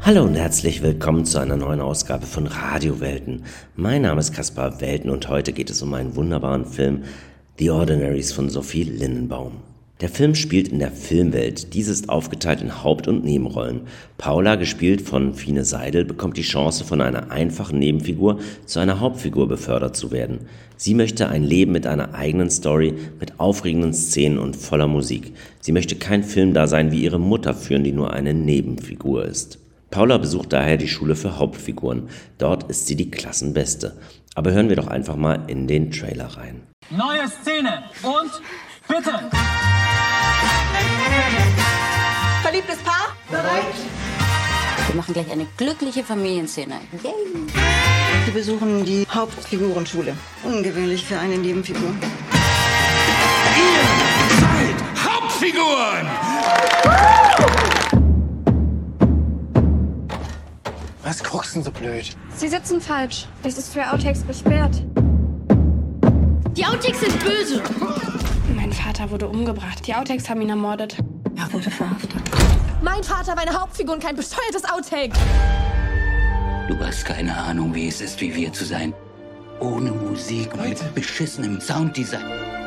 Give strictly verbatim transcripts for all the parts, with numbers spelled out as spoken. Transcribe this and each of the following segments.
Hallo und herzlich willkommen zu einer neuen Ausgabe von Radiowelten. Mein Name ist Kaspar Welten und heute geht es um einen wunderbaren Film, The Ordinaries von Sophie Lindenbaum. Der Film spielt in der Filmwelt. Diese ist aufgeteilt in Haupt- und Nebenrollen. Paula, gespielt von Fine Seidel, bekommt die Chance, von einer einfachen Nebenfigur zu einer Hauptfigur befördert zu werden. Sie möchte ein Leben mit einer eigenen Story, mit aufregenden Szenen und voller Musik. Sie möchte kein Film da sein wie ihre Mutter führen, die nur eine Nebenfigur ist. Paula besucht daher die Schule für Hauptfiguren. Dort ist sie die Klassenbeste. Aber hören wir doch einfach mal in den Trailer rein. Neue Szene und bitte! Verliebtes Paar? Bereit. Wir machen gleich eine glückliche Familienszene. Yay. Sie besuchen die Hauptfigurenschule. Ungewöhnlich für eine Nebenfigur. Ihr seid Hauptfiguren! Was guckst du denn so blöd? Sie sitzen falsch. Das ist für Outtakes gesperrt. Die Outtakes sind böse. Mein Vater wurde umgebracht. Die Outtakes haben ihn ermordet. Er wurde verhaftet. Mein Vater war eine Hauptfigur und kein bescheuertes Outtake. Du hast keine Ahnung, wie es ist, wie wir zu sein. Ohne Musik und mit beschissenem Sounddesign.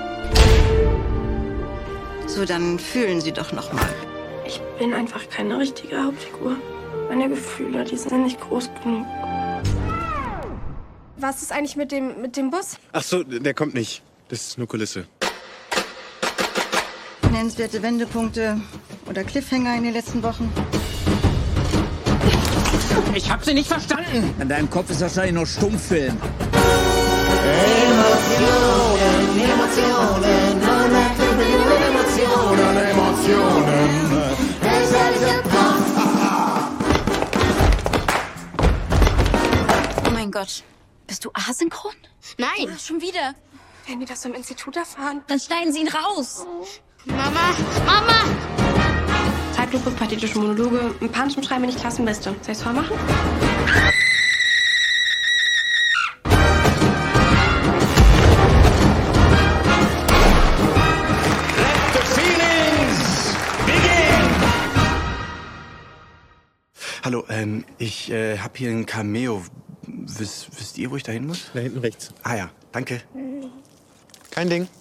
So, dann fühlen Sie doch noch mal. Ich bin einfach keine richtige Hauptfigur. Meine Gefühle, die sind nicht groß genug. Was ist eigentlich mit dem, mit dem Bus? Ach so, der kommt nicht. Das ist nur Kulisse. Nennenswerte Wendepunkte oder Cliffhanger in den letzten Wochen? Ich hab sie nicht verstanden! An deinem Kopf ist wahrscheinlich nur Stummfilm. Emotionen, Emotionen, Emotionen, Emotionen. Oh mein Gott, bist du asynchron? Nein. Ah, schon wieder. Werden die das im Institut erfahren? Dann schneiden sie ihn raus. Mama, Mama! Zeitlupe, pathetische Monologe, ein Punch im Schreiben, wenn ich Klassenbeste. Soll ich's vormachen? Let the feelings begin! Hallo, ähm, ich äh, hab hier ein Cameo. Wiss, wisst ihr, wo ich da hin muss? Da hinten rechts. Ah ja, danke. Kein Ding.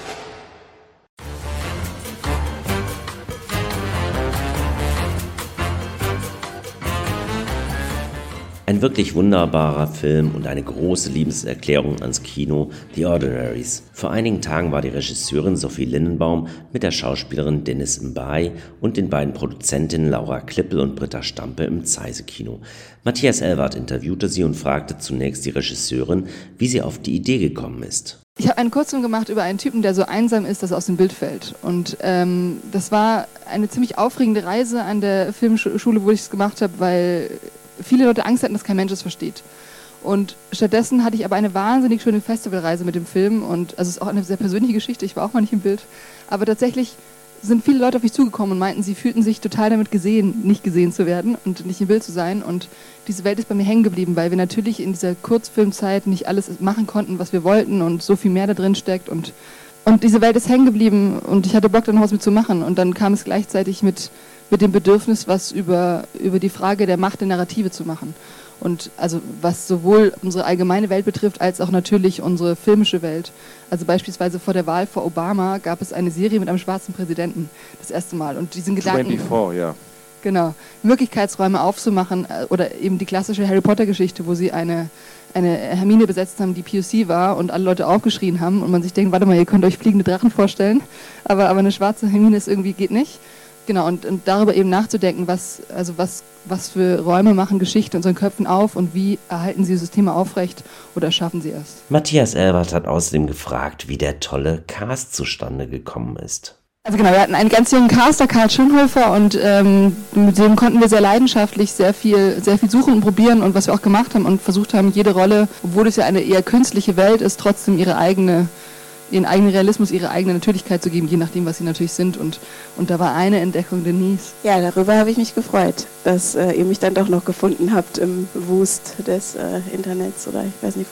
Ein wirklich wunderbarer Film und eine große Liebeserklärung ans Kino, The Ordinaries. Vor einigen Tagen war die Regisseurin Sophie Lindenbaum mit der Schauspielerin Dennis Mbaye und den beiden Produzentinnen Laura Klippel und Britta Stampe im Zeise-Kino. Matthias Elwart interviewte sie und fragte zunächst die Regisseurin, wie sie auf die Idee gekommen ist. Ich habe einen Kurzfilm gemacht über einen Typen, der so einsam ist, dass er aus dem Bild fällt. Und ähm, das war eine ziemlich aufregende Reise an der Filmschule, wo ich es gemacht habe, weil viele Leute Angst hatten, dass kein Mensch es versteht. Und stattdessen hatte ich aber eine wahnsinnig schöne Festivalreise mit dem Film. Und also es ist auch eine sehr persönliche Geschichte, ich war auch mal nicht im Bild. Aber tatsächlich sind viele Leute auf mich zugekommen und meinten, sie fühlten sich total damit gesehen, nicht gesehen zu werden und nicht im Bild zu sein. Und diese Welt ist bei mir hängen geblieben, weil wir natürlich in dieser Kurzfilmzeit nicht alles machen konnten, was wir wollten und so viel mehr da drin steckt. Und, und diese Welt ist hängen geblieben und ich hatte Bock, da noch was mit zu machen. Und dann kam es gleichzeitig mit, mit dem Bedürfnis, was über, über die Frage der Macht der Narrative zu machen. Und also was sowohl unsere allgemeine Welt betrifft, als auch natürlich unsere filmische Welt. Also beispielsweise vor der Wahl vor Obama gab es eine Serie mit einem schwarzen Präsidenten, das erste Mal. Und diesen Gedanken, vierundzwanzig, ja. Genau, Möglichkeitsräume aufzumachen oder eben die klassische Harry Potter Geschichte, wo sie eine, eine Hermine besetzt haben, die P O C war und alle Leute aufgeschrien haben und man sich denkt, warte mal, ihr könnt euch fliegende Drachen vorstellen, aber, aber eine schwarze Hermine ist irgendwie, geht nicht. Genau, und, und darüber eben nachzudenken, was, also was, was für Räume machen Geschichte in unseren Köpfen auf und wie erhalten sie Systeme aufrecht oder schaffen sie es. Matthias Elwart hat außerdem gefragt, wie der tolle Cast zustande gekommen ist. Also genau, wir hatten einen ganz jungen Caster, Karl Schönhofer, und ähm, mit dem konnten wir sehr leidenschaftlich sehr viel, sehr viel suchen und probieren und was wir auch gemacht haben und versucht haben, jede Rolle, obwohl es ja eine eher künstliche Welt ist, trotzdem ihre eigene ihren eigenen Realismus, ihre eigene Natürlichkeit zu geben, je nachdem, was sie natürlich sind. Und, und da war eine Entdeckung Denise. Ja, darüber habe ich mich gefreut, dass äh, ihr mich dann doch noch gefunden habt im Wust des äh, Internets oder ich weiß nicht wo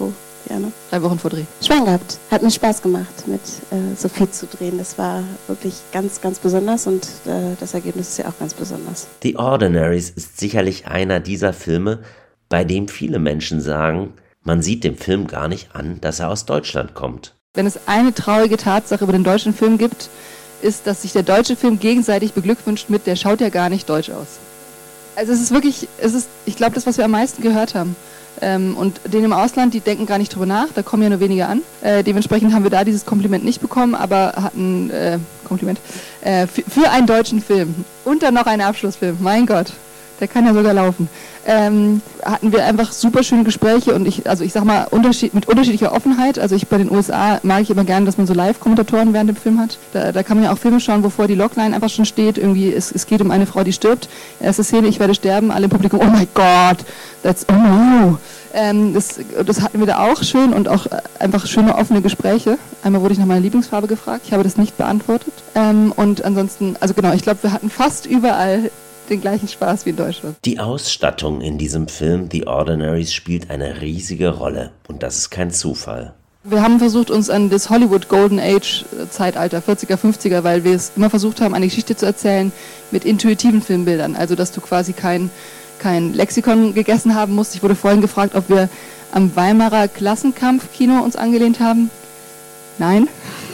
gerne. Drei Wochen vor Dreh. Schwein gehabt. Hat mir Spaß gemacht, mit äh, Sophie zu drehen. Das war wirklich ganz, ganz besonders und äh, das Ergebnis ist ja auch ganz besonders. The Ordinaries ist sicherlich einer dieser Filme, bei dem viele Menschen sagen, man sieht dem Film gar nicht an, dass er aus Deutschland kommt. Wenn es eine traurige Tatsache über den deutschen Film gibt, ist, dass sich der deutsche Film gegenseitig beglückwünscht mit, der schaut ja gar nicht deutsch aus. Also es ist wirklich, es ist, ich glaube, das, was wir am meisten gehört haben. Ähm, und denen im Ausland, die denken gar nicht drüber nach, da kommen ja nur wenige an. Äh, dementsprechend haben wir da dieses Kompliment nicht bekommen, aber hatten, äh, Kompliment, äh, für, für einen deutschen Film und dann noch einen Abschlussfilm, mein Gott, der kann ja sogar laufen. Ähm, hatten wir einfach super schöne Gespräche und ich, also ich sag mal, Unterschied, mit unterschiedlicher Offenheit. Also ich bei den U S A mag ich immer gerne, dass man so Live-Kommentatoren während dem Film hat. Da, da kann man ja auch Filme schauen, wo vorher die Logline einfach schon steht. Irgendwie, es, es geht um eine Frau, die stirbt. Erste Szene, ich werde sterben. Alle im Publikum, oh my God, that's, oh no. Ähm, das, das hatten wir da auch schön und auch einfach schöne offene Gespräche. Einmal wurde ich nach meiner Lieblingsfarbe gefragt. Ich habe das nicht beantwortet. Ähm, und ansonsten, also genau, ich glaube, wir hatten fast überall den gleichen Spaß wie in Deutschland. Die Ausstattung in diesem Film The Ordinaries spielt eine riesige Rolle und das ist kein Zufall. Wir haben versucht, uns an das Hollywood Golden Age Zeitalter, vierziger, fünfziger, weil wir es immer versucht haben, eine Geschichte zu erzählen mit intuitiven Filmbildern. Also, dass du quasi kein, kein Lexikon gegessen haben musst. Ich wurde vorhin gefragt, ob wir am Weimarer Klassenkampfkino uns angelehnt haben. Nein.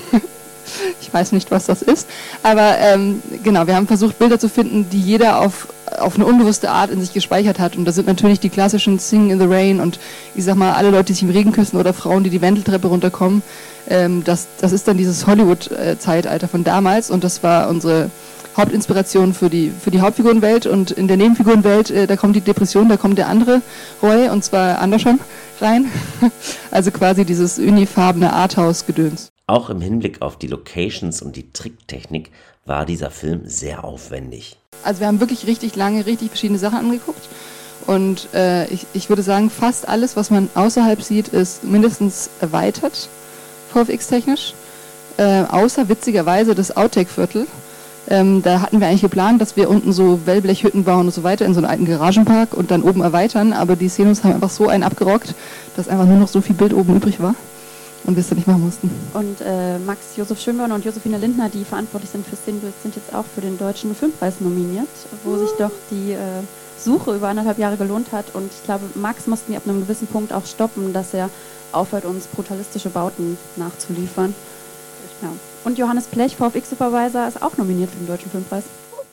Ich weiß nicht, was das ist, aber ähm, genau, wir haben versucht, Bilder zu finden, die jeder auf, auf eine unbewusste Art in sich gespeichert hat. Und das sind natürlich die klassischen Singing in the Rain und ich sag mal, alle Leute, die sich im Regen küssen oder Frauen, die die Wendeltreppe runterkommen. Ähm, das, das ist dann dieses Hollywood-Zeitalter von damals und das war unsere Hauptinspiration für die, für die Hauptfigurenwelt. Und in der Nebenfigurenwelt, äh, da kommt die Depression, da kommt der andere Roy, und zwar Anderson rein. Also quasi dieses unifarbene Arthouse-Gedöns. Auch im Hinblick auf die Locations und die Tricktechnik war dieser Film sehr aufwendig. Also wir haben wirklich richtig lange, richtig verschiedene Sachen angeguckt und äh, ich, ich würde sagen, fast alles, was man außerhalb sieht, ist mindestens erweitert, V F X-technisch, äh, außer witzigerweise das Outtake-Viertel. Ähm, da hatten wir eigentlich geplant, dass wir unten so Wellblechhütten bauen und so weiter in so einen alten Garagenpark und dann oben erweitern, aber die Szenos haben einfach so einen abgerockt, dass einfach nur noch so viel Bild oben übrig war. Und wir es dann nicht machen mussten. Und äh, Max Josef Schönborn und Josephine Lindner, die verantwortlich sind für Szenenbild, sind jetzt auch für den Deutschen Filmpreis nominiert, wo sich doch die äh, Suche über anderthalb Jahre gelohnt hat. Und ich glaube, Max mussten wir ab einem gewissen Punkt auch stoppen, dass er aufhört, uns brutalistische Bauten nachzuliefern. Ja. Und Johannes Plech, V F X-Supervisor, ist auch nominiert für den Deutschen Filmpreis.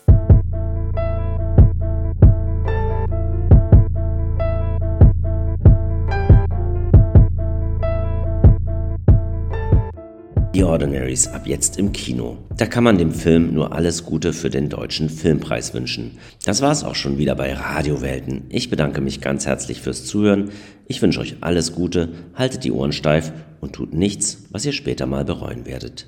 The Ordinaries ab jetzt im Kino. Da kann man dem Film nur alles Gute für den Deutschen Filmpreis wünschen. Das war's auch schon wieder bei Radiowelten. Ich bedanke mich ganz herzlich fürs Zuhören. Ich wünsche euch alles Gute, haltet die Ohren steif und tut nichts, was ihr später mal bereuen werdet.